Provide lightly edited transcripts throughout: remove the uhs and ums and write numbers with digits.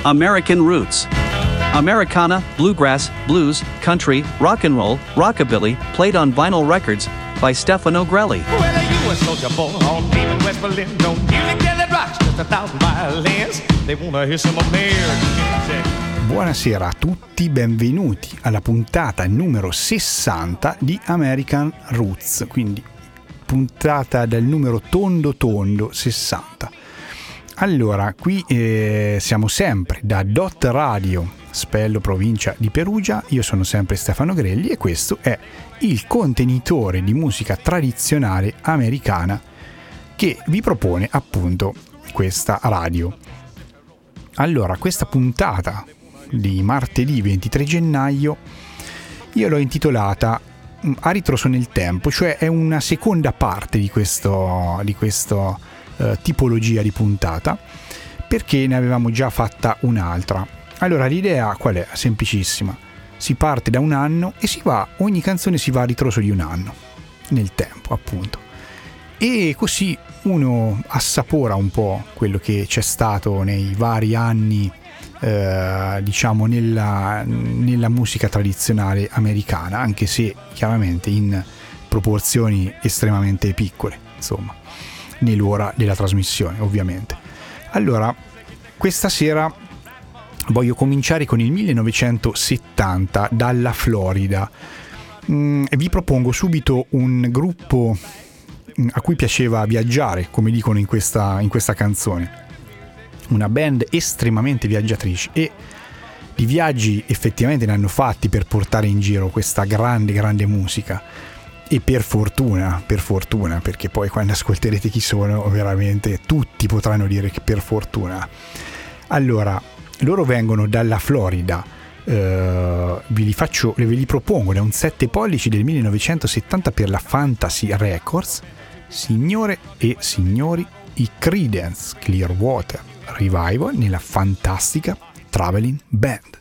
American Roots. Americana, bluegrass, blues, country, rock and roll, rockabilly, played on vinyl records by Stefano Grelli. Well, you a soldier boy on deep in West Berlin. Don't music that rocks just 1,000 violins. They wanna hear some American music. Buonasera a tutti, benvenuti alla puntata numero 60 di American Roots, quindi puntata del numero tondo 60. Allora, qui siamo sempre da Dot Radio, Spello, provincia di Perugia. Io sono sempre Stefano Grelli e questo è il contenitore di musica tradizionale americana che vi propone appunto questa radio. Allora, questa puntata di martedì 23 gennaio io l'ho intitolata A ritroso nel tempo, cioè è una seconda parte di questa tipologia di puntata, perché ne avevamo già fatta un'altra. Allora, l'idea qual è? Semplicissima: si parte da un anno e ogni canzone si va a ritroso di un anno nel tempo, appunto, e così uno assapora un po' quello che c'è stato nei vari anni, diciamo nella musica tradizionale americana, anche se chiaramente in proporzioni estremamente piccole, insomma, nell'ora della trasmissione, ovviamente. Allora, questa sera voglio cominciare con il 1970 dalla Florida. Vi propongo subito un gruppo a cui piaceva viaggiare, come dicono in questa canzone. Una band estremamente viaggiatrice, e di viaggi effettivamente ne hanno fatti per portare in giro questa grande musica. E per fortuna, perché poi quando ascolterete chi sono, veramente tutti potranno dire che per fortuna. Allora, loro vengono dalla Florida, ve li propongo da un 7 pollici del 1970 per la Fantasy Records. Signore e signori, i Creedence Clearwater Revival nella fantastica Traveling Band.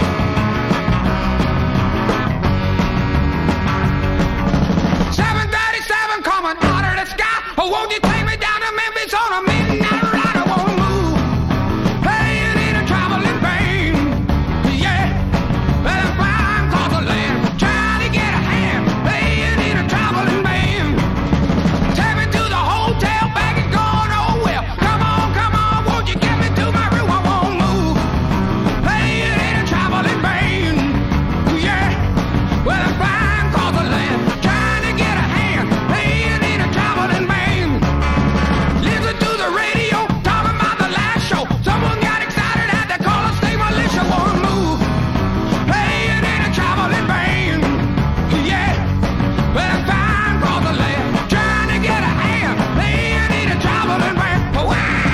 Oh, won't you take me down to Memphis on a midnight ride? I won't move, playing in a traveling band. Yeah, well, I'm flying across the land, trying to get a hand, playing in a traveling band. Take me to the hotel, back and going, oh well. Come on, won't you get me to my room? I won't move, playing in a traveling band. Yeah, well, I'm flying across the land, trying to get a hand, playing in a traveling band. Listen to the radio, talking about the last show. Someone got excited, had to call and stay militia. Won't move, playing in a traveling band. Yeah, but I'm flying across the land, trying to get a hand, playing in a traveling band. Wow!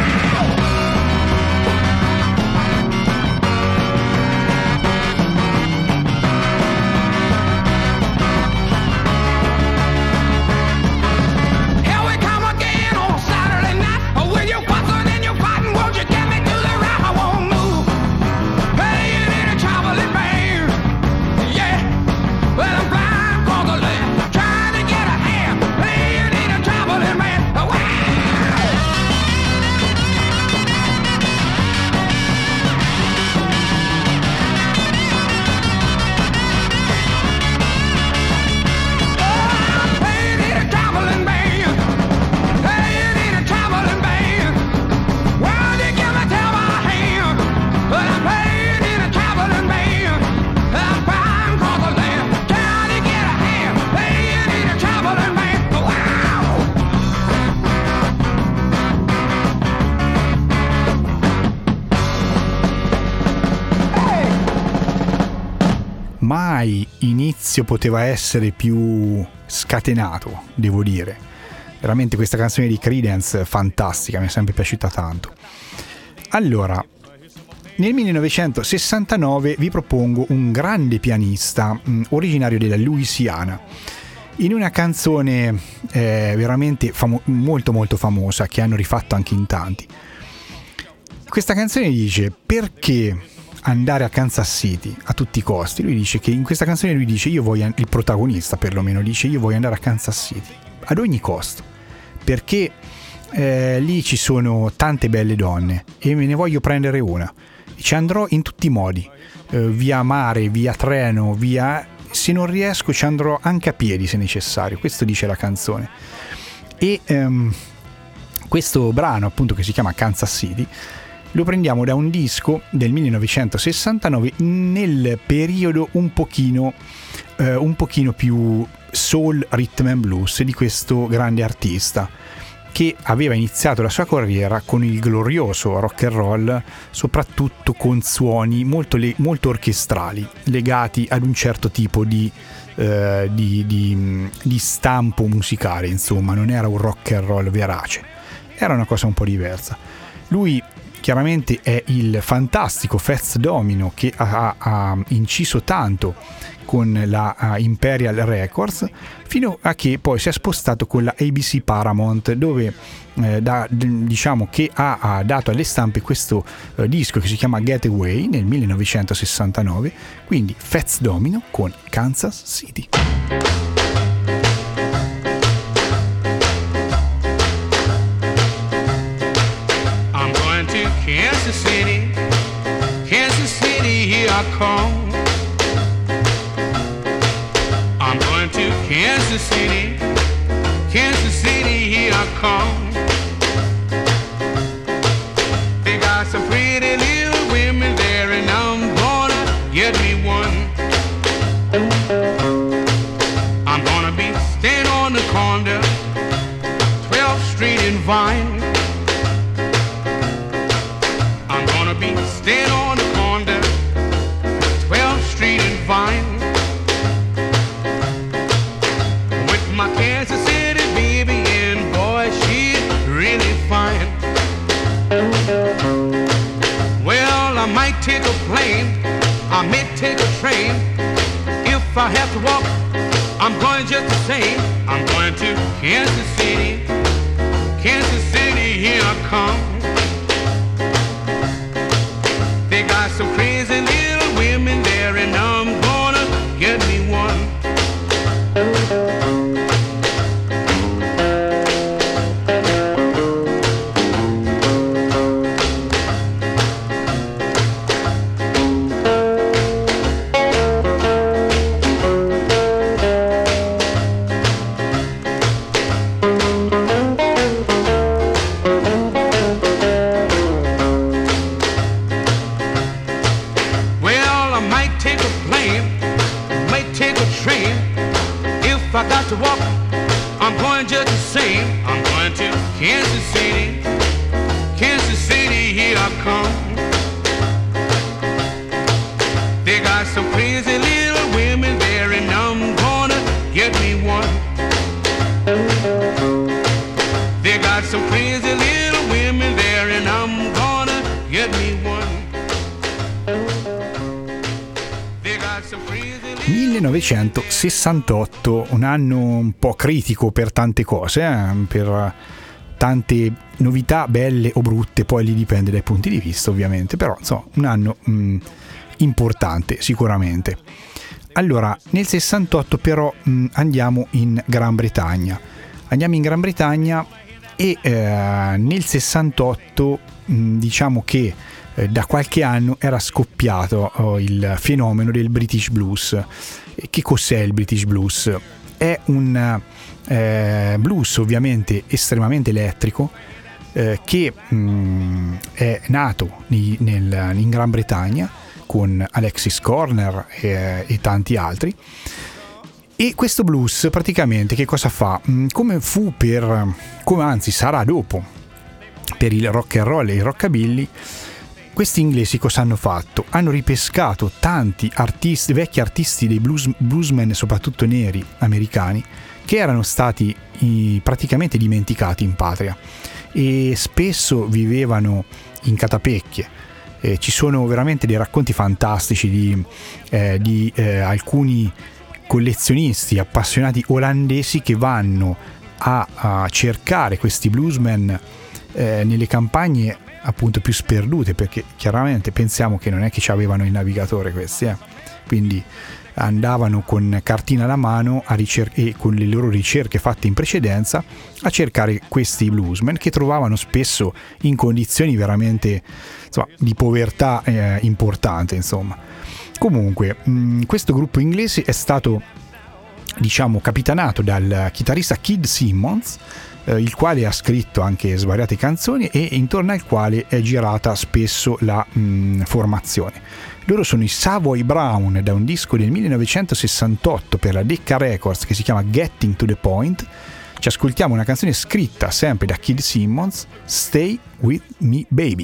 Here we come again on Saturday night. With your fussing and your fighting, won't you get me to the right? I won't move, playing in a traveling band. Yeah, well, I'm flying for the land, trying to get a hand, playing in a traveling band. Wow! Playing in a traveling band, playing in a traveling band. Well, you give me tell my hand, but I'm playing in a traveling band. I'm flying across the land, trying to get a hand, playing in a traveling band. Wow! Mai inizio poteva essere più scatenato, devo dire. Veramente questa canzone di Creedence fantastica, mi è sempre piaciuta tanto. Allora, nel 1969 vi propongo un grande pianista originario della Louisiana, in una canzone veramente molto famosa, che hanno rifatto anche in tanti. Questa canzone dice: perché andare a Kansas City a tutti i costi? Lui dice che in questa canzone il protagonista perlomeno dice: io voglio andare a Kansas City ad ogni costo, perché lì ci sono tante belle donne e me ne voglio prendere una. ci andrò in tutti i modi, via mare, via treno, se non riesco ci andrò anche a piedi se necessario. Questo dice la canzone. E questo brano, appunto, che si chiama Kansas City, lo prendiamo da un disco del 1969 nel periodo un pochino più soul, rhythm and blues di questo grande artista, che aveva iniziato la sua carriera con il glorioso rock and roll, soprattutto con suoni molto orchestrali, legati ad un certo tipo di stampo musicale. Insomma, non era un rock and roll verace, era una cosa un po' diversa. Lui chiaramente è il fantastico Fats Domino, che ha inciso tanto con la Imperial Records, fino a che poi si è spostato con la ABC Paramount, dove diciamo che ha dato alle stampe questo disco che si chiama Getaway nel 1969. Quindi Fats Domino con Kansas City. I'm going to Kansas City, Kansas City, here I come. I'm going to Kansas City, Kansas City, here I come. They got some pretty little women there, and I'm gonna get me one. I'm gonna be staying on the corner, 12th Street and Vine. I'm gonna be staying on the corner, 12th Street and Vine. My Kansas City baby, and boy, she's really fine. Well, I might take a plane, I may take a train. If I have to walk, I'm going just the same. I'm going to Kansas City, Kansas City, here I come. They got some crazy little women there, and I'm gonna get me one. I got to walk, I'm going just the same. I'm going to Kansas City, Kansas City, here I come. They got some crazy little women there, and I'm gonna get me one. They got some crazy little women there, and I'm gonna get me one. They got some crazy 1968, un anno un po' critico per tante cose, per tante novità belle o brutte, poi lì dipende dai punti di vista ovviamente, però insomma un anno importante sicuramente. Allora, nel 68 però andiamo in Gran Bretagna e nel 68 diciamo che da qualche anno era scoppiato il fenomeno del British Blues. Che cos'è il British Blues? È un blues ovviamente estremamente elettrico, che è nato in Gran Bretagna con Alexis Corner e tanti altri. E questo blues praticamente che cosa fa? Come anzi sarà dopo per il rock and roll e il rockabilly, questi inglesi cosa hanno fatto? Hanno ripescato tanti artisti, vecchi artisti dei bluesmen, soprattutto neri americani, che erano stati praticamente dimenticati in patria e spesso vivevano in catapecchie. Ci sono veramente dei racconti fantastici di alcuni collezionisti appassionati olandesi che vanno a cercare questi bluesmen nelle campagne appunto più sperdute, perché chiaramente pensiamo che non è che ci avevano il navigatore questi, quindi andavano con cartina alla mano e con le loro ricerche fatte in precedenza a cercare questi bluesmen che trovavano spesso in condizioni veramente, insomma, di povertà importante, insomma. Comunque questo gruppo inglese è stato, diciamo, capitanato dal chitarrista Kid Simmons, il quale ha scritto anche svariate canzoni e intorno al quale è girata spesso la formazione. Loro sono i Savoy Brown, da un disco del 1968 per la Decca Records che si chiama Getting to the Point. Ci ascoltiamo una canzone scritta sempre da Kid Simmons, Stay With Me Baby.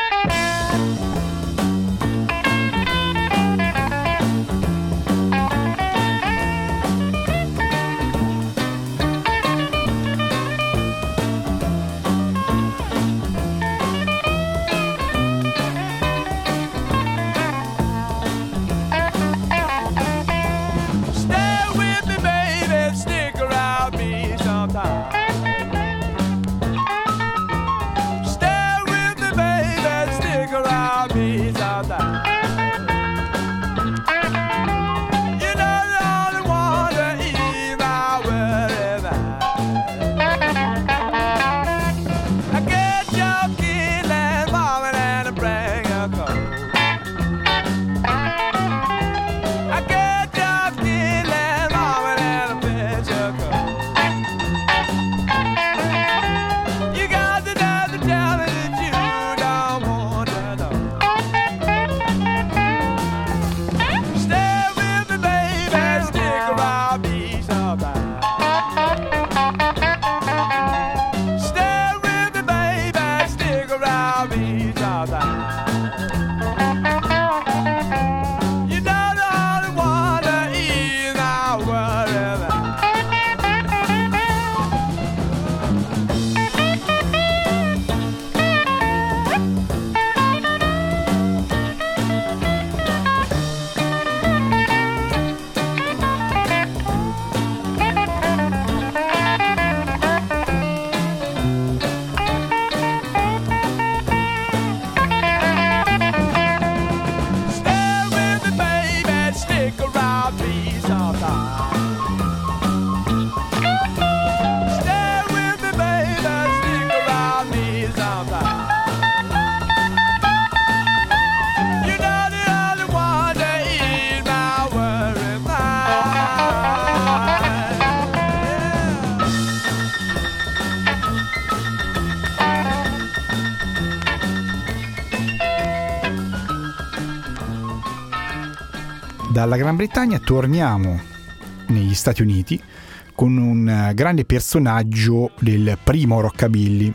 Dalla Gran Bretagna torniamo negli Stati Uniti con un grande personaggio del primo rockabilly.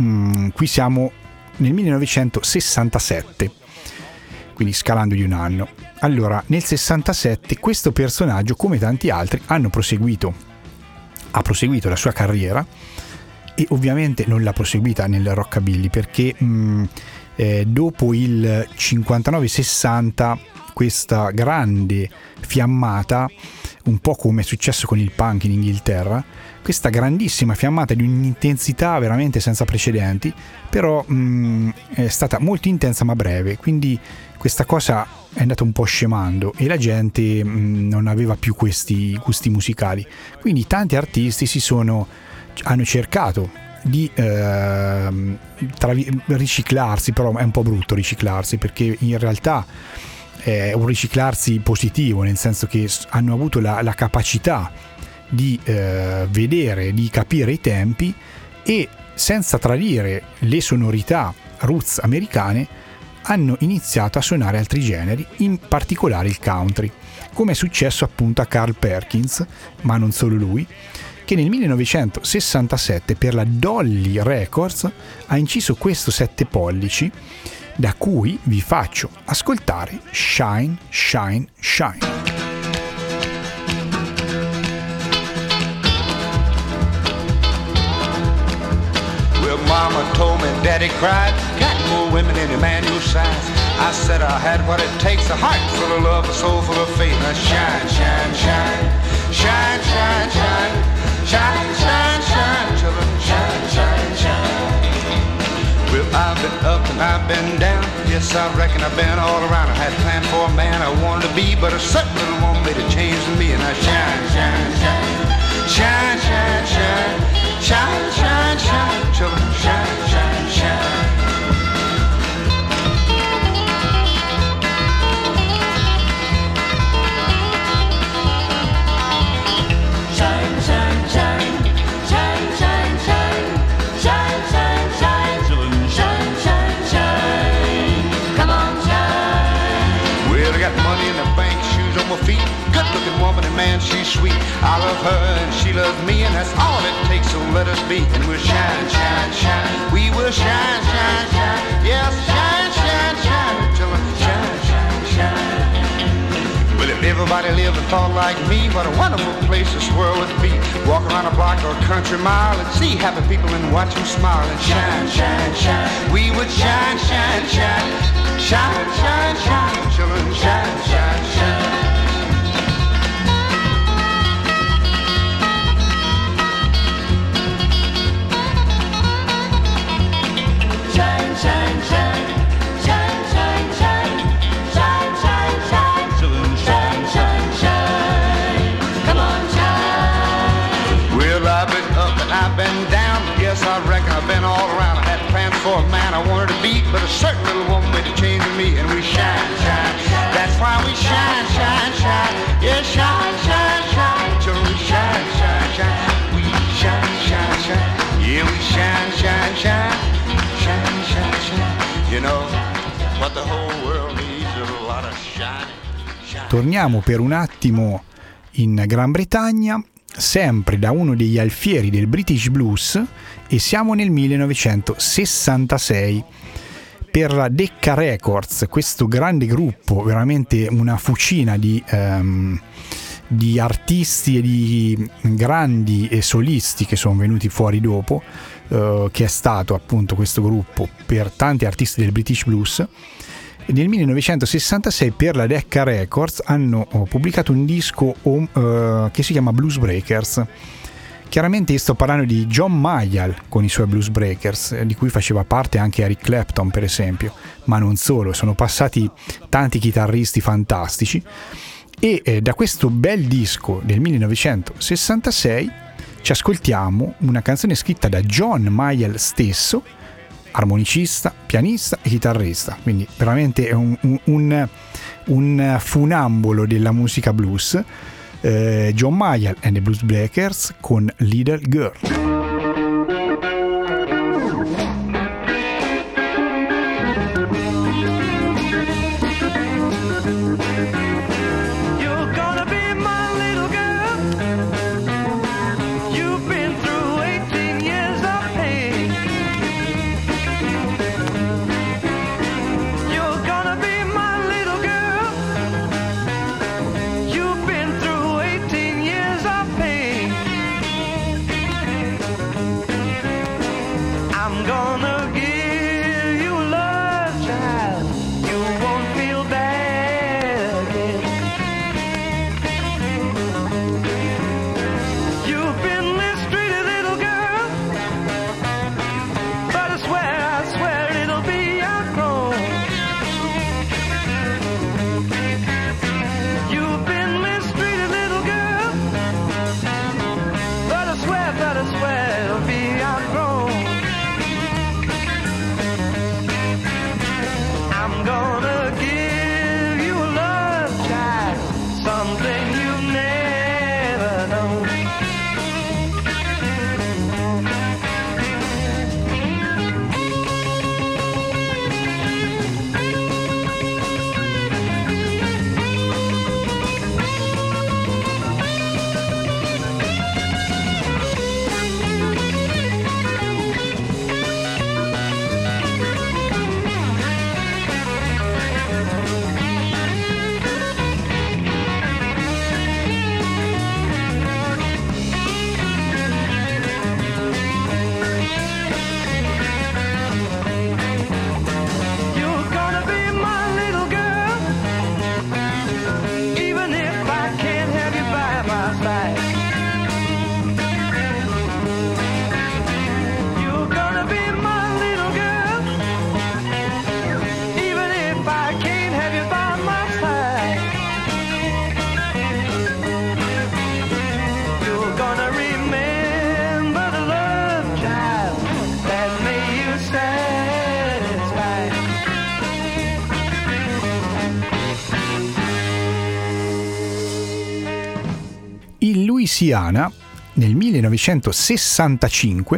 Qui siamo nel 1967, quindi scalando di un anno. Allora, nel 67 questo personaggio, come tanti altri, ha proseguito la sua carriera e ovviamente non l'ha proseguita nel rockabilly perché dopo il 59-60 questa grande fiammata, un po' come è successo con il punk in Inghilterra, questa grandissima fiammata di un'intensità veramente senza precedenti, però è stata molto intensa ma breve, quindi questa cosa è andata un po' scemando e la gente non aveva più questi gusti musicali, quindi tanti artisti hanno cercato di riciclarsi, però è un po' brutto riciclarsi perché in realtà è un riciclarsi positivo, nel senso che hanno avuto la capacità di vedere, di capire i tempi e senza tradire le sonorità roots americane hanno iniziato a suonare altri generi, in particolare il country, come è successo appunto a Carl Perkins, ma non solo lui, che nel 1967 per la Dolly Records ha inciso questo 7 pollici da cui vi faccio ascoltare Shine, Shine, Shine. Well, Mama told me, Daddy cried, got more women than a man your size. I said I had what it takes, a heart full of love, a soul full of faith. Now shine, shine, shine, shine, shine, shine, shine, shine, shine, children, shine, shine, shine. Well, I've been up and I've been down. Yes, I reckon I've been all around. I had planned for a man I wanted to be, but a certain little woman made a change to me, and I shine, shine, shine, shine, shine, shine, shine, shine, shine, children, shine, shine, shine. Good-looking woman and man, she's sweet. I love her and she loves me, and that's all it takes, so let us be. And we'll shine, shine, shine. We will shine, shine, shine. Yes, shine, shine, shine. Children, shine, shine, shine. Well, if everybody lived and thought like me, what a wonderful place this world would be. Walk around a block or a country mile and see happy people and watch them smile. And shine, shine, shine. We would shine, shine, shine. Shine, shine, shine. Children, shine, shine, shine. I reckon I've been all around. I had plans for a man I wanted to be, but a certain little woman made a change in me, and we shine, shine. That's why we shine, shine, shine. Yeah, shine, shine, shine. Children, shine, shine, shine. We shine, shine, shine. Yeah, we shine, shine, shine. Shine, shine, shine. You know what the whole world needs is a lot of shining. Torniamo per un attimo in Gran Bretagna, sempre da uno degli alfieri del British Blues, e siamo nel 1966 per la Decca Records, questo grande gruppo, veramente una fucina di artisti e di grandi e solisti che sono venuti fuori dopo, che è stato appunto questo gruppo per tanti artisti del British Blues. Nel 1966 per la Decca Records hanno pubblicato un disco che si chiama Blues Breakers. Chiaramente io sto parlando di John Mayall con i suoi Blues Breakers, di cui faceva parte anche Eric Clapton per esempio, ma non solo, sono passati tanti chitarristi fantastici, e da questo bel disco del 1966 ci ascoltiamo una canzone scritta da John Mayall stesso, armonicista, pianista e chitarrista, quindi veramente è un funambolo della musica blues. John Mayall and the Blues Breakers con Little Girl. Louisiana nel 1965,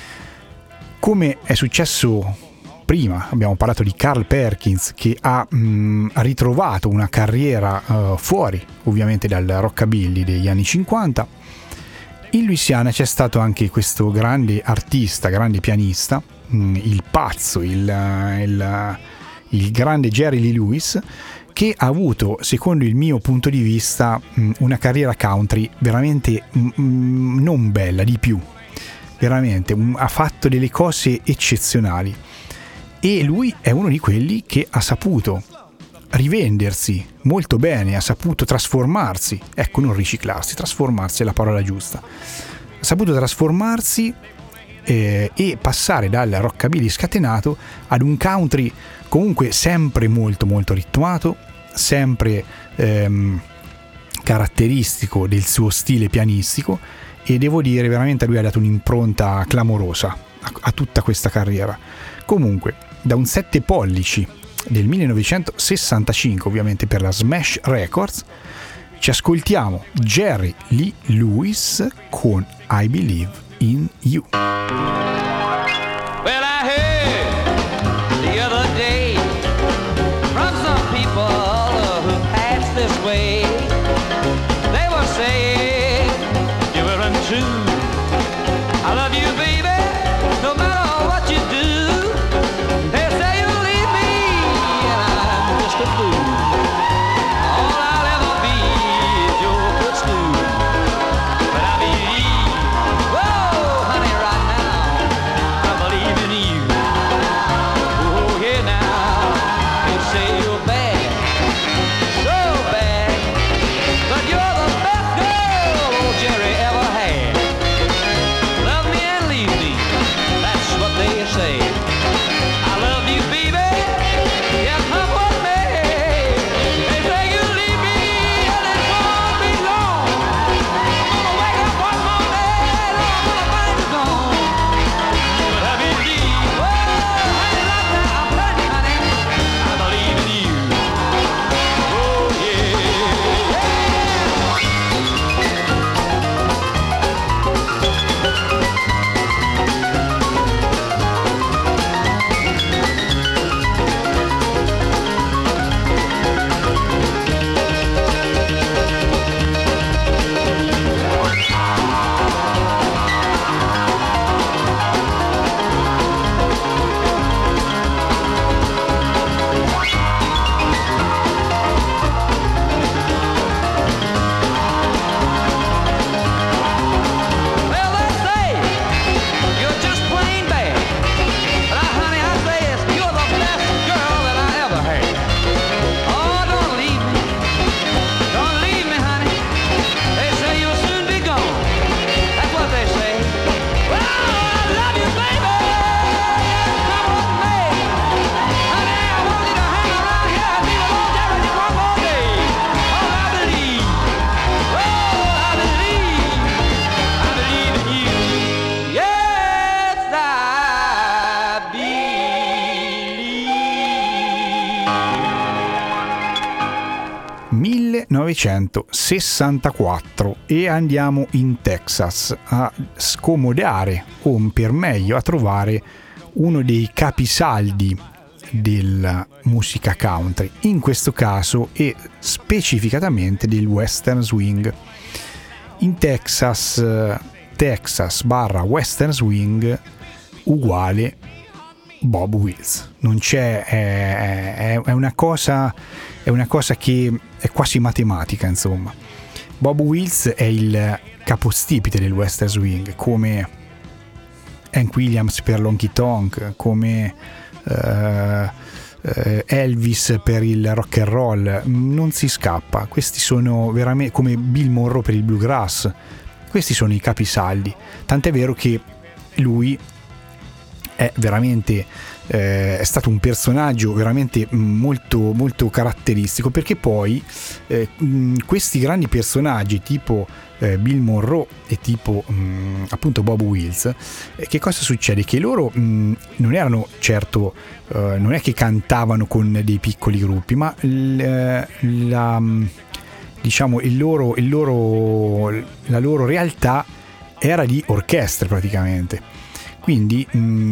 come è successo prima. Abbiamo parlato di Carl Perkins, che ha ritrovato una carriera fuori ovviamente dal rockabilly degli anni 50. In Louisiana c'è stato anche questo grande artista, grande pianista, il pazzo, il grande Jerry Lee Lewis, che ha avuto, secondo il mio punto di vista, una carriera country veramente non bella, di più. Veramente, ha fatto delle cose eccezionali. E lui è uno di quelli che ha saputo rivendersi molto bene, ha saputo trasformarsi, ecco, non riciclarsi, trasformarsi è la parola giusta. Ha saputo trasformarsi e passare dal rockabilly scatenato ad un country comunque sempre molto molto ritmato, sempre caratteristico del suo stile pianistico, e devo dire veramente a lui ha dato un'impronta clamorosa a tutta questa carriera. Comunque, da un 7 pollici del 1965, ovviamente per la Smash Records, ci ascoltiamo Jerry Lee Lewis con I Believe in You. Well, I heard the other day from some people who passed this way. They were saying you were untrue. I love you, baby, no matter what you do. They say you'll leave me and I'm just a fool. All I'll ever be is your footstool. But I believe, whoa, honey, right now I believe in you. Oh yeah, now they say you're bad, so bad, but you're the best girl old Jerry ever had. Love me and leave me, that's what they say. I love you, baby, yeah, come with me. They say you leave me and it won't be long. I'm gonna wake up one morning and I'm gonna find you gone. But I believe, oh, honey, right now I'm learning, honey, I believe in you. Oh yeah, well, they say you're just plain bad. But honey, I say it's you're the best girl that I ever had. Oh, don't leave me, honey. They say you'll soon be gone. That's what they say. Well, I love you, baby. Come with me, honey. I want you to hang around here and be with old Jerry just one more day. Oh, I believe. Oh, I believe in you. Yes, I believe. 1964 e andiamo in Texas a scomodare, o per meglio a trovare uno dei capisaldi della musica country, in questo caso e specificatamente del western swing. In Texas barra western swing uguale Bob Wills. Non c'è, è una cosa che è quasi matematica, insomma. Bob Wills è il capostipite del western swing, come Hank Williams per l'Honky Tonk, come Elvis per il rock and roll. Non si scappa. Questi sono veramente come Bill Monroe per il bluegrass. Questi sono i capisaldi. Tant'è vero che lui è veramente è stato un personaggio veramente molto molto caratteristico, perché poi questi grandi personaggi tipo Bill Monroe e tipo appunto Bob Wills, che cosa succede? Che loro non erano certo non è che cantavano con dei piccoli gruppi, ma diciamo la loro realtà era di orchestre praticamente. Quindi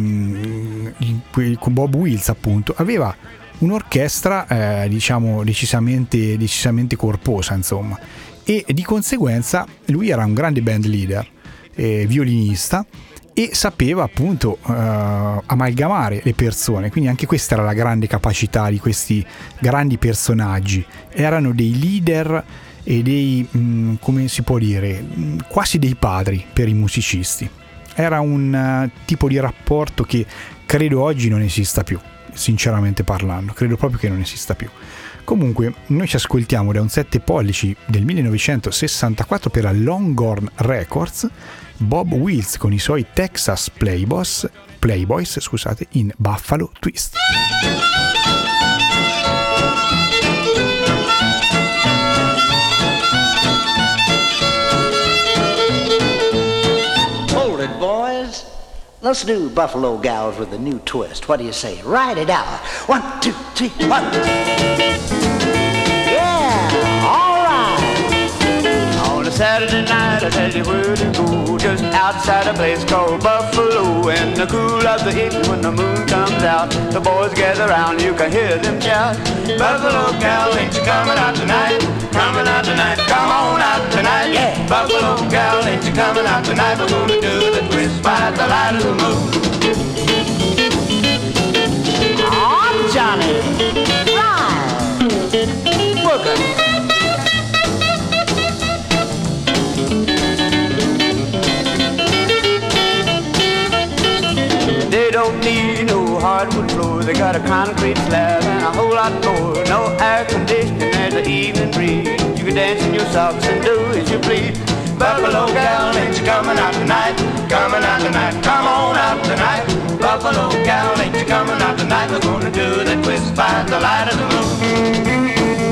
con Bob Wills appunto aveva un'orchestra diciamo decisamente corposa, insomma, e di conseguenza lui era un grande band leader, violinista, e sapeva appunto amalgamare le persone. Quindi anche questa era la grande capacità di questi grandi personaggi. Erano dei leader e dei come si può dire, quasi dei padri per i musicisti. Era un tipo di rapporto che credo oggi non esista più, sinceramente parlando, credo proprio che non esista più. Comunque noi ci ascoltiamo da un 7 pollici del 1964 per la Longhorn Records, Bob Wills con i suoi Texas Playboys, in Buffalo Twist. Hold it, boys. Let's do Buffalo Gals with a new twist. What do you say? Write it out. 1, 2, 3, 1. Yeah, all right. On a Saturday night, I tell you where to go. Just outside a place called Buffalo. In the cool of the evening when the moon comes out, the boys gather round, you can hear them shout. Buffalo gal, ain't you coming out tonight? Coming out tonight, come on out tonight. Yeah. Buffalo gal, ain't you coming out tonight? We're gonna do the twist by the light of the moon. Oh, Johnny. Right. Work it. They don't need no hardwood floor. They got a concrete slab and a whole lot more. No air conditioning, there's an evening breeze. You can dance in your socks and do as you please. Buffalo gal, ain't you coming out tonight? Coming out tonight, come on out tonight. Buffalo gal, ain't you coming out tonight? We're gonna do the twist by the light of the moon.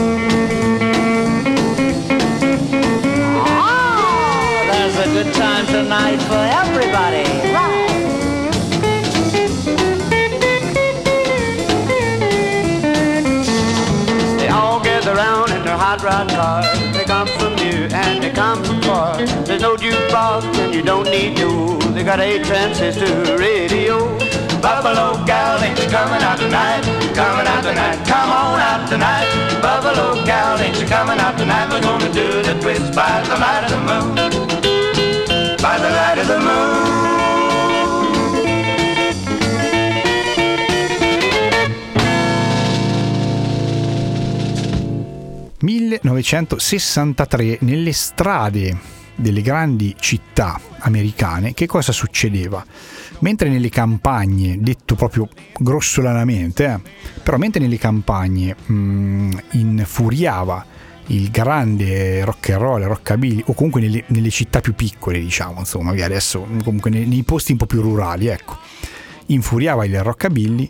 Oh, there's a good time tonight for everybody. Right. Around in their hot rod cars. They come from near and they come from far. There's no jukebox and you don't need no. They got a transistor radio. Buffalo gal, ain't you coming out tonight? Coming out tonight, come on out tonight. Buffalo gal, ain't you coming out tonight? We're gonna do the twist by the light of the moon. By the light of the moon. 1963, nelle strade delle grandi città americane, che cosa succedeva? Mentre nelle campagne, detto proprio grossolanamente, però mentre nelle campagne infuriava il grande rock and roll, rockabilly, o comunque nelle città più piccole, diciamo, insomma, via adesso, comunque nei posti un po' più rurali, ecco, infuriava il rockabilly.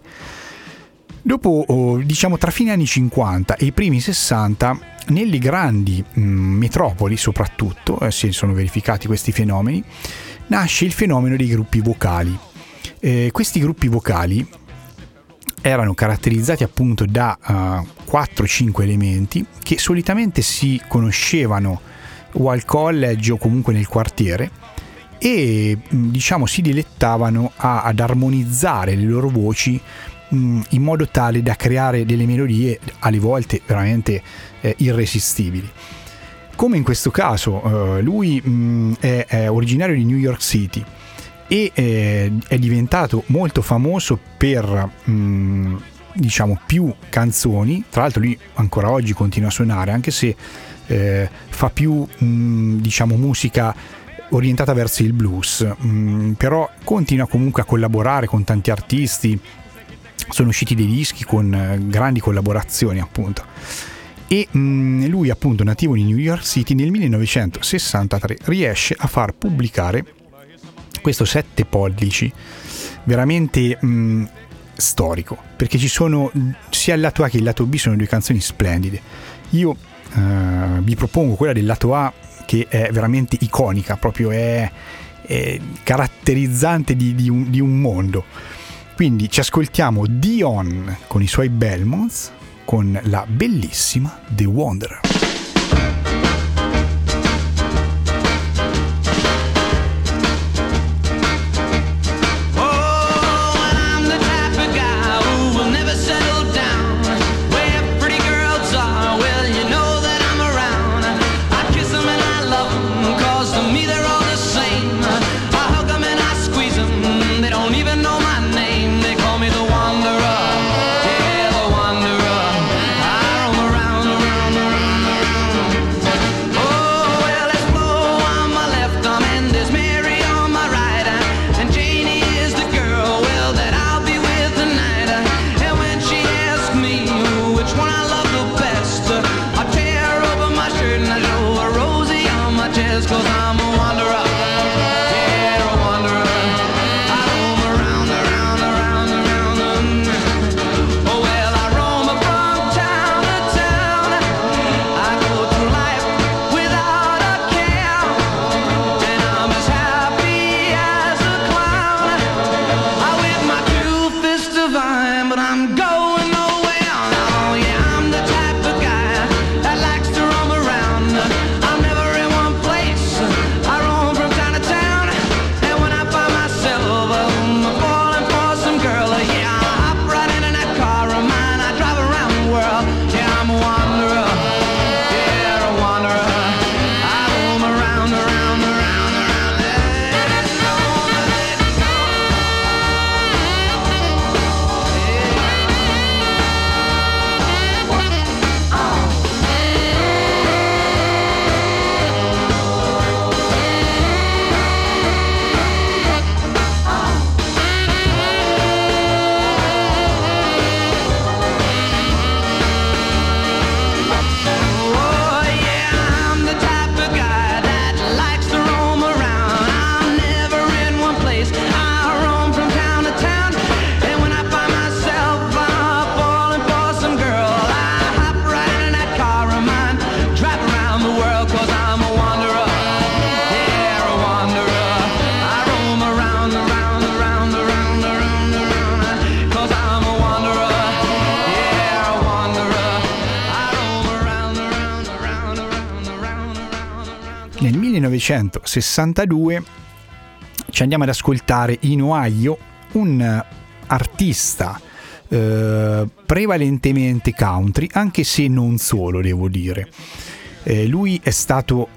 Dopo, diciamo, tra fine anni 50 e i primi 60, nelle grandi metropoli soprattutto, si sono verificati questi fenomeni, nasce il fenomeno dei gruppi vocali. Questi gruppi vocali erano caratterizzati appunto da 4-5 elementi che solitamente si conoscevano o al college o comunque nel quartiere e, diciamo, si dilettavano ad armonizzare le loro voci in modo tale da creare delle melodie alle volte veramente irresistibili. Come in questo caso lui è originario di New York City e è diventato molto famoso per diciamo più canzoni. Tra l'altro lui ancora oggi continua a suonare, anche se fa più diciamo musica orientata verso il blues, però continua comunque a collaborare con tanti artisti. Sono usciti dei dischi con grandi collaborazioni appunto, e lui appunto, nativo di New York City, nel 1963 riesce a far pubblicare questo 7 pollici veramente storico, perché ci sono sia il lato A che il lato B, sono due canzoni splendide. Io vi propongo quella del lato A, che è veramente iconica, proprio è caratterizzante di un mondo. Quindi ci ascoltiamo Dion con i suoi Belmonts con la bellissima The Wanderer. 1962 ci andiamo ad ascoltare in Ohio un artista prevalentemente country, anche se non solo, devo dire. Lui è stato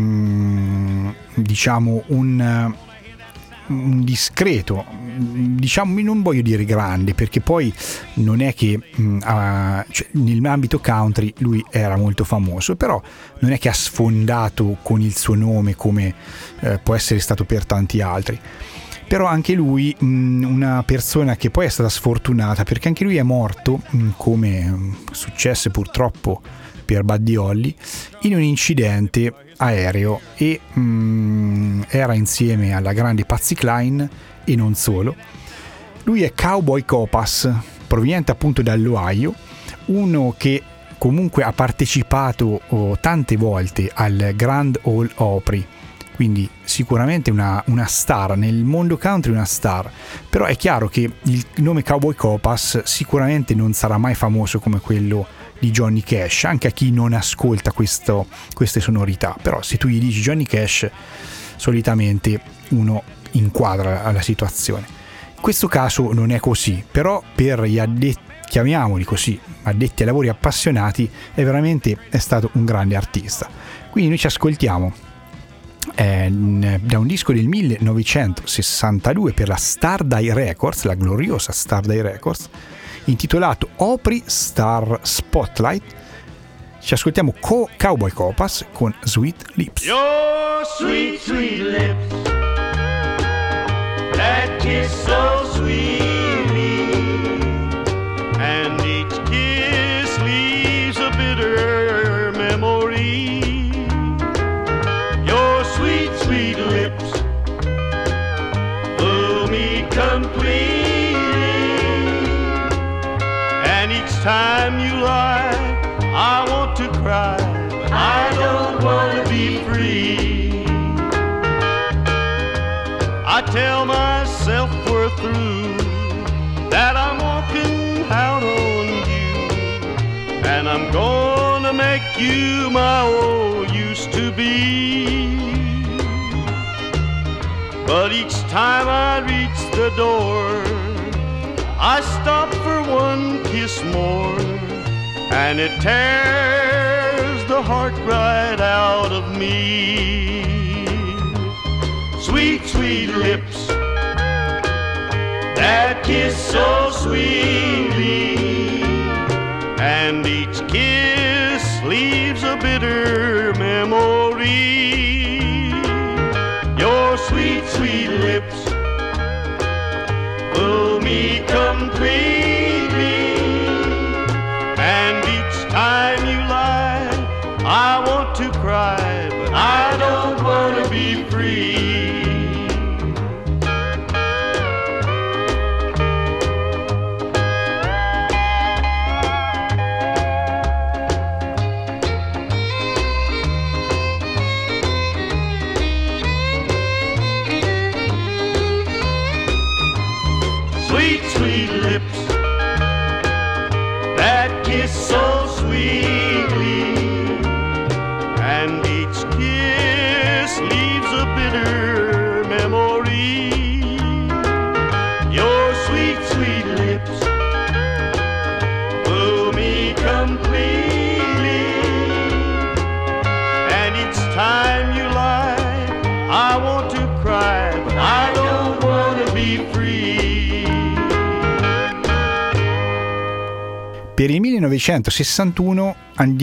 diciamo un discreto, diciamo, non voglio dire grande, perché poi non è che cioè, nell'ambito country lui era molto famoso, però non è che ha sfondato con il suo nome come può essere stato per tanti altri. Però anche lui una persona che poi è stata sfortunata, perché anche lui è morto, come successe purtroppo per Buddy Holly, in un incidente aereo, e era insieme alla grande Patsy Cline e non solo. Lui è Cowboy Copas, proveniente appunto dall'Ohio, uno che comunque ha partecipato tante volte al Grand Ole Opry, quindi sicuramente una star nel mondo country, una star. Però è chiaro che il nome Cowboy Copas sicuramente non sarà mai famoso come quello di Johnny Cash, anche a chi non ascolta queste sonorità. Però se tu gli dici Johnny Cash, solitamente uno inquadra la situazione. In questo caso non è così, però per gli addetti, chiamiamoli così, addetti ai lavori appassionati, è stato un grande artista. Quindi noi ci ascoltiamo da un disco del 1962 per la Starday Records, la gloriosa Starday Records, intitolato Opry Star Spotlight. Ci ascoltiamo Cowboy Copas con Sweet Lips. Your sweet, sweet lips, that kiss so sweetly, and each kiss leaves a bitter memory. Your sweet, sweet lips fool me completely, and each time you lie, I want to cry, but I don't want to be free. I tell myself we're through, that I'm walking out on you, and I'm gonna make you my old used to be. But each time I reach the door, I stop for one kiss more, and it tears the heart right out of me. Sweet, sweet lips, that kiss so sweetly, and each kiss leaves a bitter memory. Your sweet, sweet lips fool me completely, and each time you lie, I want to cry, but I don't want to be free. Sweet, sweet lips, that kiss so sweetly, and each kiss leaves a bitter memory. Your sweet, sweet lips fool me completely, and each time you lie, I want to cry, but I don't want to be free. Per il 1961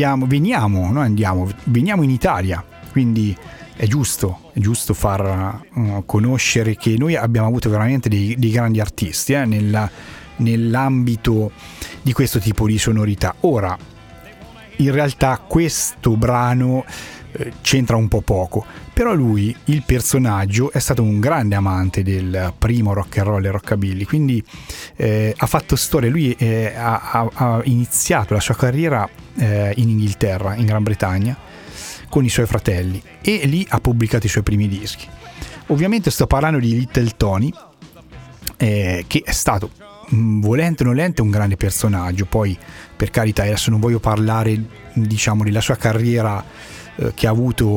veniamo in Italia, quindi è giusto far conoscere che noi abbiamo avuto veramente dei grandi artisti nell'ambito di questo tipo di sonorità. Ora, in realtà questo brano c'entra un po' poco, però lui, il personaggio, è stato un grande amante del primo rock and roll e rockabilly, quindi ha fatto storia. Lui ha iniziato la sua carriera in Inghilterra, in Gran Bretagna, con i suoi fratelli, e lì ha pubblicato i suoi primi dischi. Ovviamente sto parlando di Little Tony, che è stato, volente o nolente, un grande personaggio. Poi, per carità, adesso non voglio parlare, diciamo, della sua carriera che ha avuto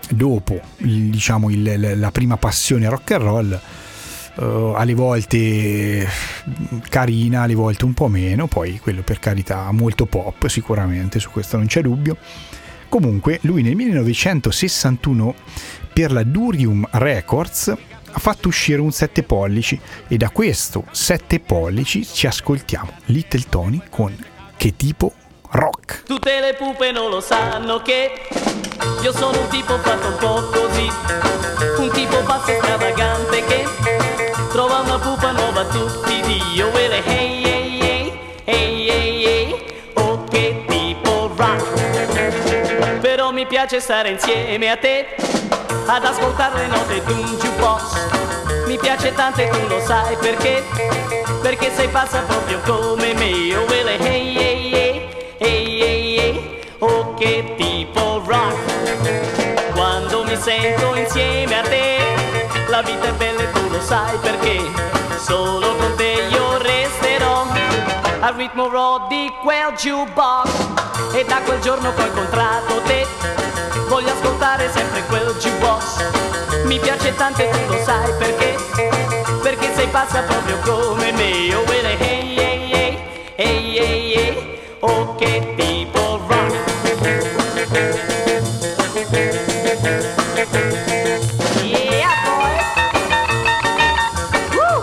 dopo diciamo la prima passione rock and roll, alle volte carina, alle volte un po' meno, poi quello per carità molto pop sicuramente, su questo non c'è dubbio. Comunque lui nel 1961 per la Durium Records ha fatto uscire un 7 pollici e da questo 7 pollici ci ascoltiamo Little Tony con Che tipo rock. Tutte le pupe non lo sanno che io sono un tipo fatto un po' così, un tipo basso stravagante che trova una pupa nuova tutti i Dio e le hey hey hey hey hey hey, oh che tipo rock. Però mi piace stare insieme a te ad ascoltare le note d'un jukebox. Mi piace tanto e tu lo sai perché, perché sei pazza proprio come me, oh e le hey hey hey hey hey hey, oh che tipo rock. Quando mi sento insieme a te la vita è bella e tu lo sai perché solo con te io resterò al ritmo raw di quel jukebox. E da quel giorno che ho incontrato te voglio ascoltare sempre quel jukebox. Mi piace tanto e tu lo sai perché, perché sei pazza proprio come me, oh e le hey hey hey hey hey hey, oh che tipo rock. Yeah boy, woo.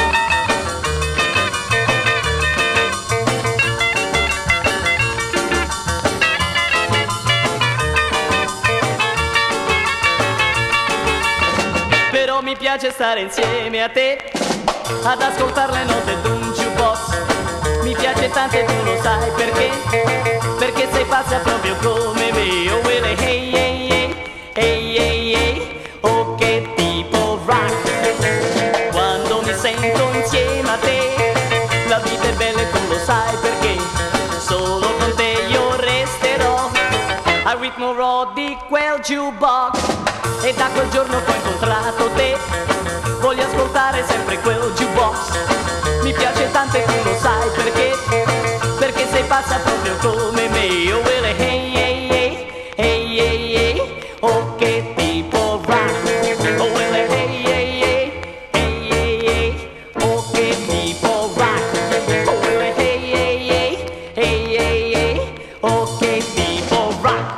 Però mi piace stare insieme a te ad ascoltare le note d'un jukebox. Mi piace tanto e tu lo sai perché, perché sei pazza proprio come me, oh e le hey hey hey hey hey hey, oh che tipo rock. Quando mi sento insieme a te la vita è bella e tu lo sai perché solo con te io resterò al ritmo raw di quel jukebox. E da quel giorno che ho incontrato te voglio ascoltare sempre quel jukebox. Mi piace tanto e tu lo sai perché, perché sei pazza proprio come me, oh e le hey hey hey hey hey hey, oh che tipo rock. Oh e le hey hey hey hey hey hey, oh che tipo rock. Oh e le hey hey hey hey hey hey, oh che tipo rock.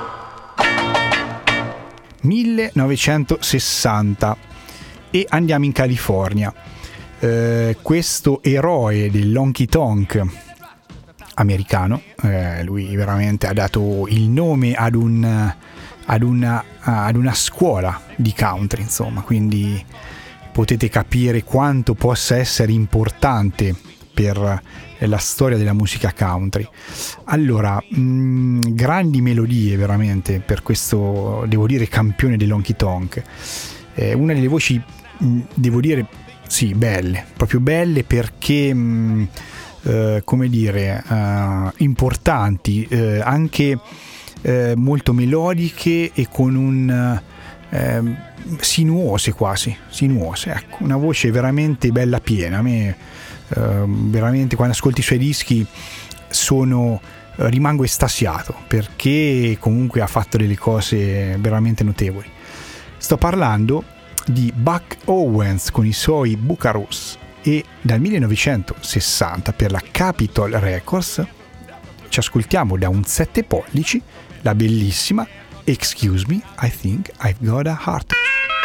1960 e andiamo in California. Questo eroe dell'honky tonk americano, lui veramente ha dato il nome ad una scuola di country, insomma, quindi potete capire quanto possa essere importante per la storia della musica country. Allora, grandi melodie veramente per questo, devo dire, campione dell'honky tonk. Una delle voci, devo dire, sì, belle, proprio belle perché come dire, importanti, anche molto melodiche e con un sinuose, quasi sinuose, ecco, una voce veramente bella piena. A me veramente quando ascolti i suoi dischi rimango estasiato perché comunque ha fatto delle cose veramente notevoli. Sto parlando di Buck Owens con i suoi Buckaroos, e dal 1960 per la Capitol Records ci ascoltiamo da un 7 pollici la bellissima Excuse Me, I Think I've Got a Heart.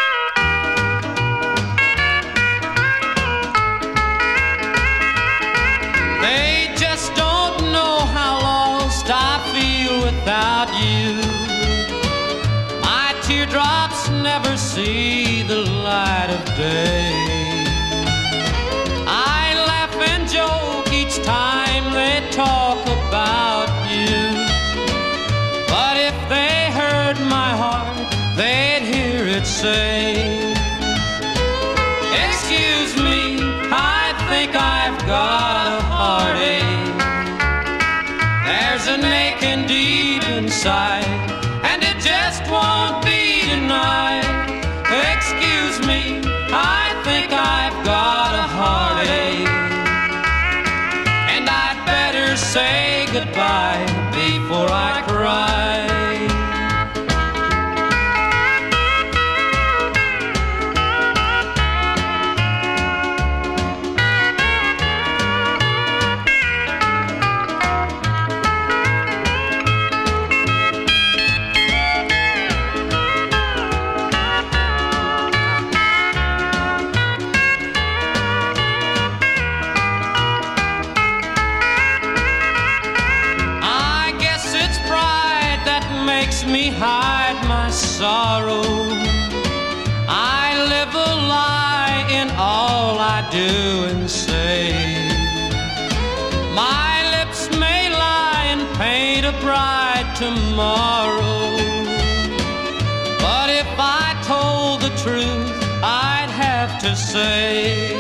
They just don't know how lost I feel without you. My teardrops never see the light of day. I laugh and joke each time they talk about you. But if they heard my heart, they'd hear it say, excuse me, I think I've got a heartache. There's an aching deep inside, and it just won't be denied. Excuse me, I think I've got a heartache, and I'd better say goodbye before I cry. makes me hide my sorrow. I live a lie in all I do and say. My lips may lie and paint a bright tomorrow, but if I told the truth, I'd have to say,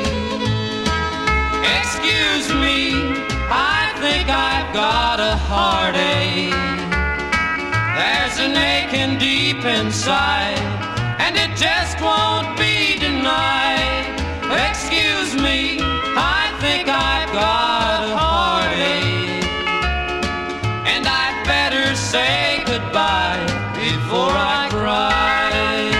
excuse me, I think I've got a heartache. There's an aching deep inside, and it just won't be denied. Excuse me, I think I've got a heartache, and I'd better say goodbye before I cry.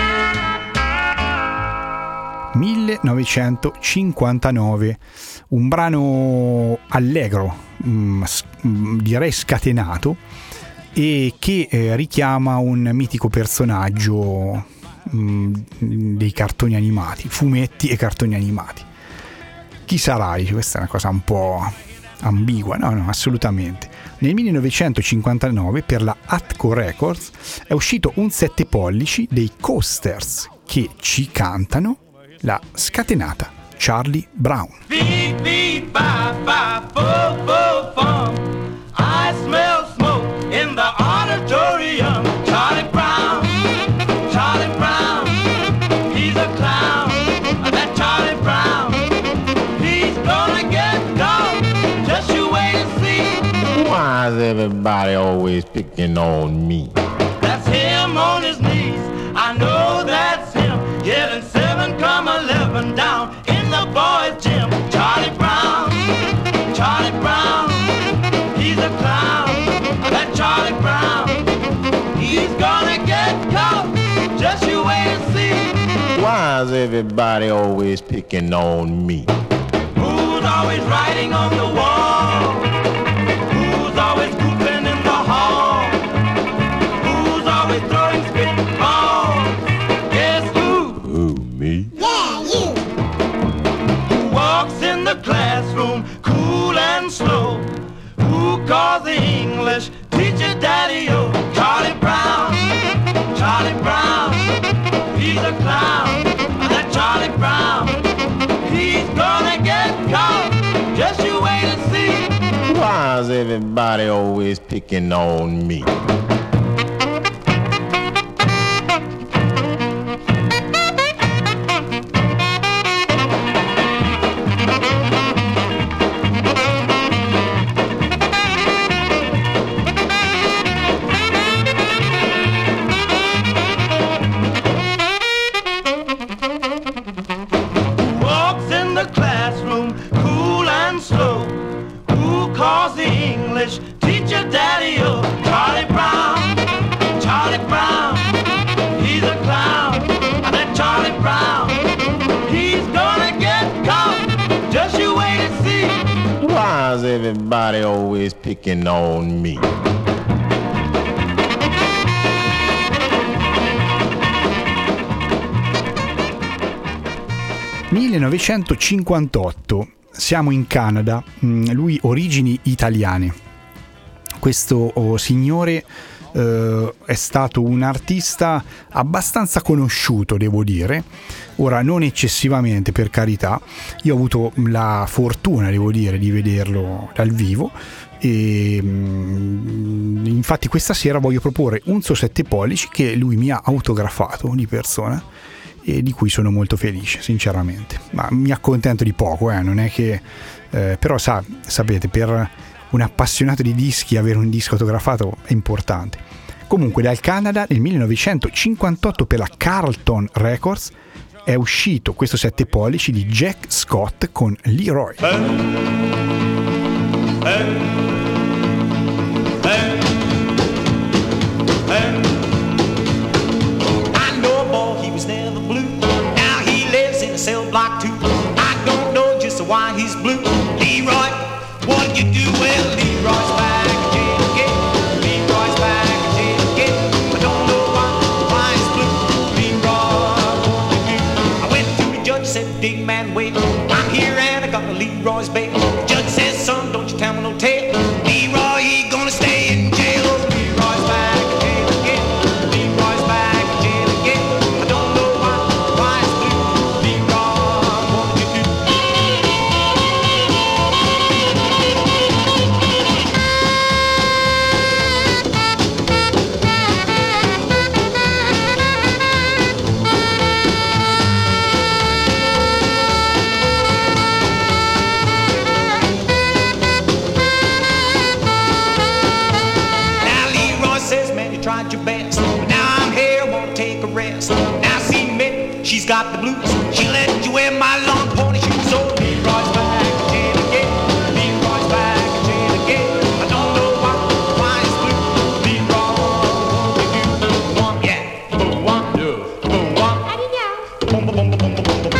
1959, un brano allegro, direi scatenato, e che richiama un mitico personaggio dei cartoni animati, fumetti e cartoni animati. Chi sarai? Questa è una cosa un po' ambigua. No, assolutamente. Nel 1959 per la Atco Records è uscito un 7 pollici dei Coasters che ci cantano la scatenata Charlie Brown. Beep, beep, bye, bye, fo, fo, fum. I smell smoke in the auditorium. Charlie Brown, Charlie Brown, he's a clown. That Charlie Brown, he's gonna get down. Just you wait and see. Why is everybody always picking on me? That's him on his knees. I know that's him. Getting 7,11 down in the boys' gym. Charlie Brown, Charlie Brown, he's a clown. That Charlie Brown, he's gonna get caught. Just you wait and see. Why is everybody always picking on me? Who's always writing on the wall? Who's always pooping in the hall? Who's always throwing spitballs? Guess who? Who, me? Yeah, you. Who walks in the classroom cool and slow? Who calls the English teacher daddy-o? Charlie Brown, Charlie Brown, he's a clown. That Charlie Brown, he's gonna get caught. Just you wait and see. Why is everybody always picking on me? 'cause the English teacher daddy-o, Charlie Brown, Charlie Brown, he's a clown, that Charlie Brown, he's gonna get caught, just you wait and see. Why is everybody always picking on me? 1958, siamo in Canada, lui origini italiane. Questo signore è stato un artista abbastanza conosciuto, devo dire, ora non eccessivamente, per carità. Io ho avuto la fortuna, devo dire, di vederlo dal vivo e infatti questa sera voglio proporre un suo 7 pollici che lui mi ha autografato di persona e di cui sono molto felice, sinceramente. Ma mi accontento di poco, non è che però sapete, per un appassionato di dischi avere un disco autografato è importante. Comunque dal Canada nel 1958 per la Carlton Records è uscito questo 7 pollici di Jack Scott con Leroy. Cell block 2. I don't know just why he's blue. Leroy, what you do? Well, Leroy's back again. Leroy's back again. I don't know why he's blue. Leroy, what you do? I went to the judge, said, big man, wait. I'm here and I got the Leroy's bail. The judge says, son, don't you tell me no tale. tried your best. Now I'm here, wanna take a rest. Now see me, she's got the blues. She let you wear my long pony shoes. So Leroy's back again, again. Leroy's back again, again. I don't know why it's blue. Leroy, what you do? One, yeah, one, two, one. Boom, boom, boom, boom, boom, boom, boom.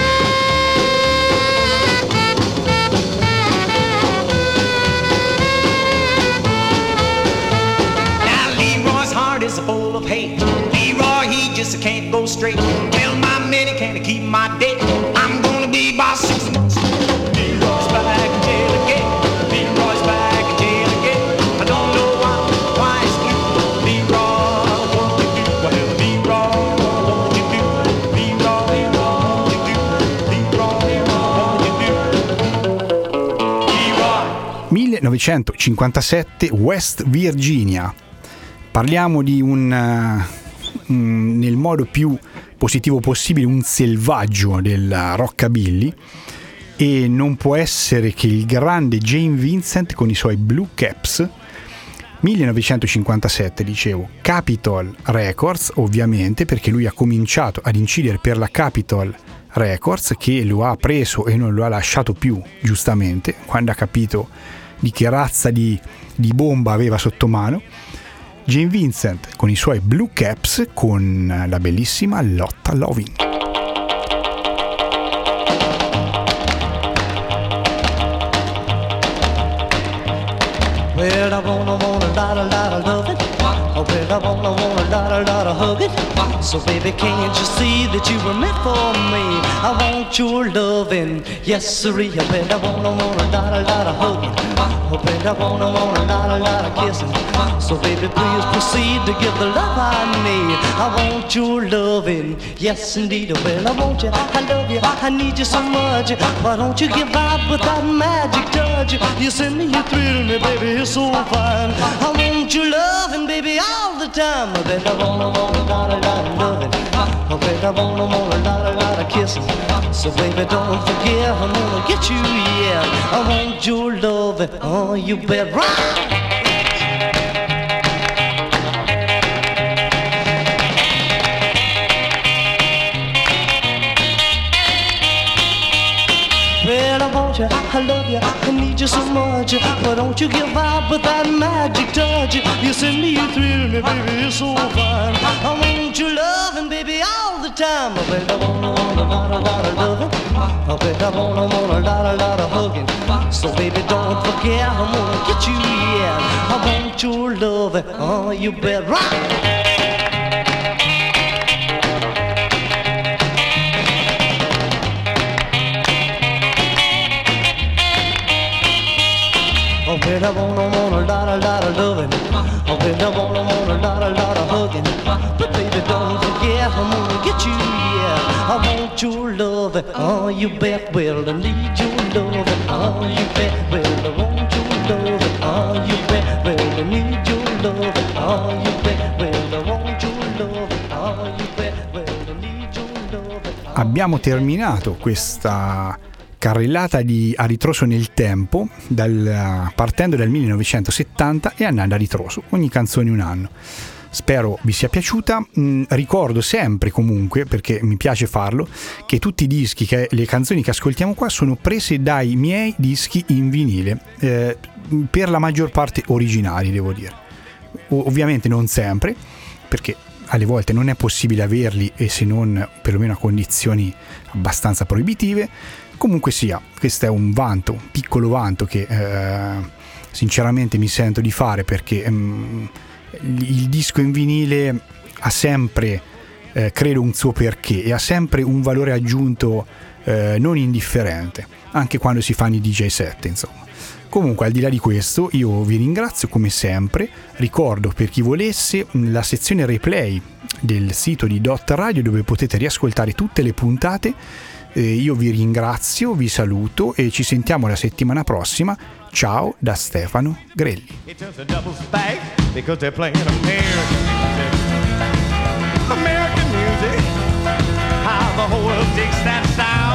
Is full of hate. Leroy, he just can't go straight. Tell my men he can't keep my date. I'm gonna be by 6 months. Leroy's back in jail again. Leroy's back in jail again. I don't know why it's blue. Leroy, what you do? Well, Leroy, what you do? Leroy, what you do? Leroy, what you do? Leroy. 1957, West Virginia. Parliamo di nel modo più positivo possibile, un selvaggio del rockabilly, e non può essere che il grande Gene Vincent con i suoi Blue Caps. 1957, dicevo, Capitol Records, ovviamente, perché lui ha cominciato ad incidere per la Capitol Records, che lo ha preso e non lo ha lasciato più, giustamente, quando ha capito di che razza di bomba aveva sotto mano. Gene Vincent con i suoi Blue Caps, con la bellissima Lotta Lovin'. Well, I wanna lot of love it. Oh, well, I wanna lot of hug it. So baby, can't you see that you were meant for me? I want your loving, yes sirree. Oh, well, I wanna lot of hug it. Oh, well, I wanna lot of kissing. So baby, please proceed to give the love I need. I want your loving, yes indeed. Oh, well, I want you, I love you, I need you so much. Why don't you give out with that magic touch? You send me, you thrill me, baby, you're so fine. I want your loving, baby, all the time. I bet I wanna lot of loving. I bet I wanna lot of kissing. So baby, don't forget, I'm gonna get you, yeah. I want your loving, oh, you bet right. Well, I want you, I love you, I need you so much. Why don't you give out with that magic touch? You send me, you thrill me, baby, you're so fine. I want your loving, baby, all the time. I bet I wanna lot of loving. I bet I wanna lot of hugging. So baby, don't forget, I'm gonna get you, yeah. I want your loving, oh, you bet right. Oh, baby, I wanna lot of loving. Oh, baby, I wanna lot of hugging. But baby, don't forget, I'm gonna get you, yeah. I want your loving, oh, you bet. Well, I need your loving, oh, you bet. Well, I want your loving, oh, you bet. Well, I need your loving, oh, you bet. Well, I want your loving, oh, you bet. Well, I need your loving. Abbiamo terminato questa carrellata a ritroso nel tempo, partendo dal 1970 e andando a ritroso, ogni canzone un anno. Spero vi sia piaciuta. Ricordo sempre, comunque, perché mi piace farlo, che tutti i dischi, le canzoni che ascoltiamo qua sono prese dai miei dischi in vinile, per la maggior parte originali, devo dire. Ovviamente non sempre, perché alle volte non è possibile averli, e se non perlomeno a condizioni abbastanza proibitive. Comunque sia, questo è un piccolo vanto che sinceramente mi sento di fare, perché il disco in vinile ha sempre, credo, un suo perché, e ha sempre un valore aggiunto non indifferente, anche quando si fanno i DJ set, insomma. Comunque, al di là di questo, io vi ringrazio come sempre. Ricordo, per chi volesse, la sezione replay del sito di Dot Radio, dove potete riascoltare tutte le puntate. Io vi ringrazio, vi saluto e ci sentiamo la settimana prossima. Ciao da Stefano Grelli. American music, how the whole world takes that sound.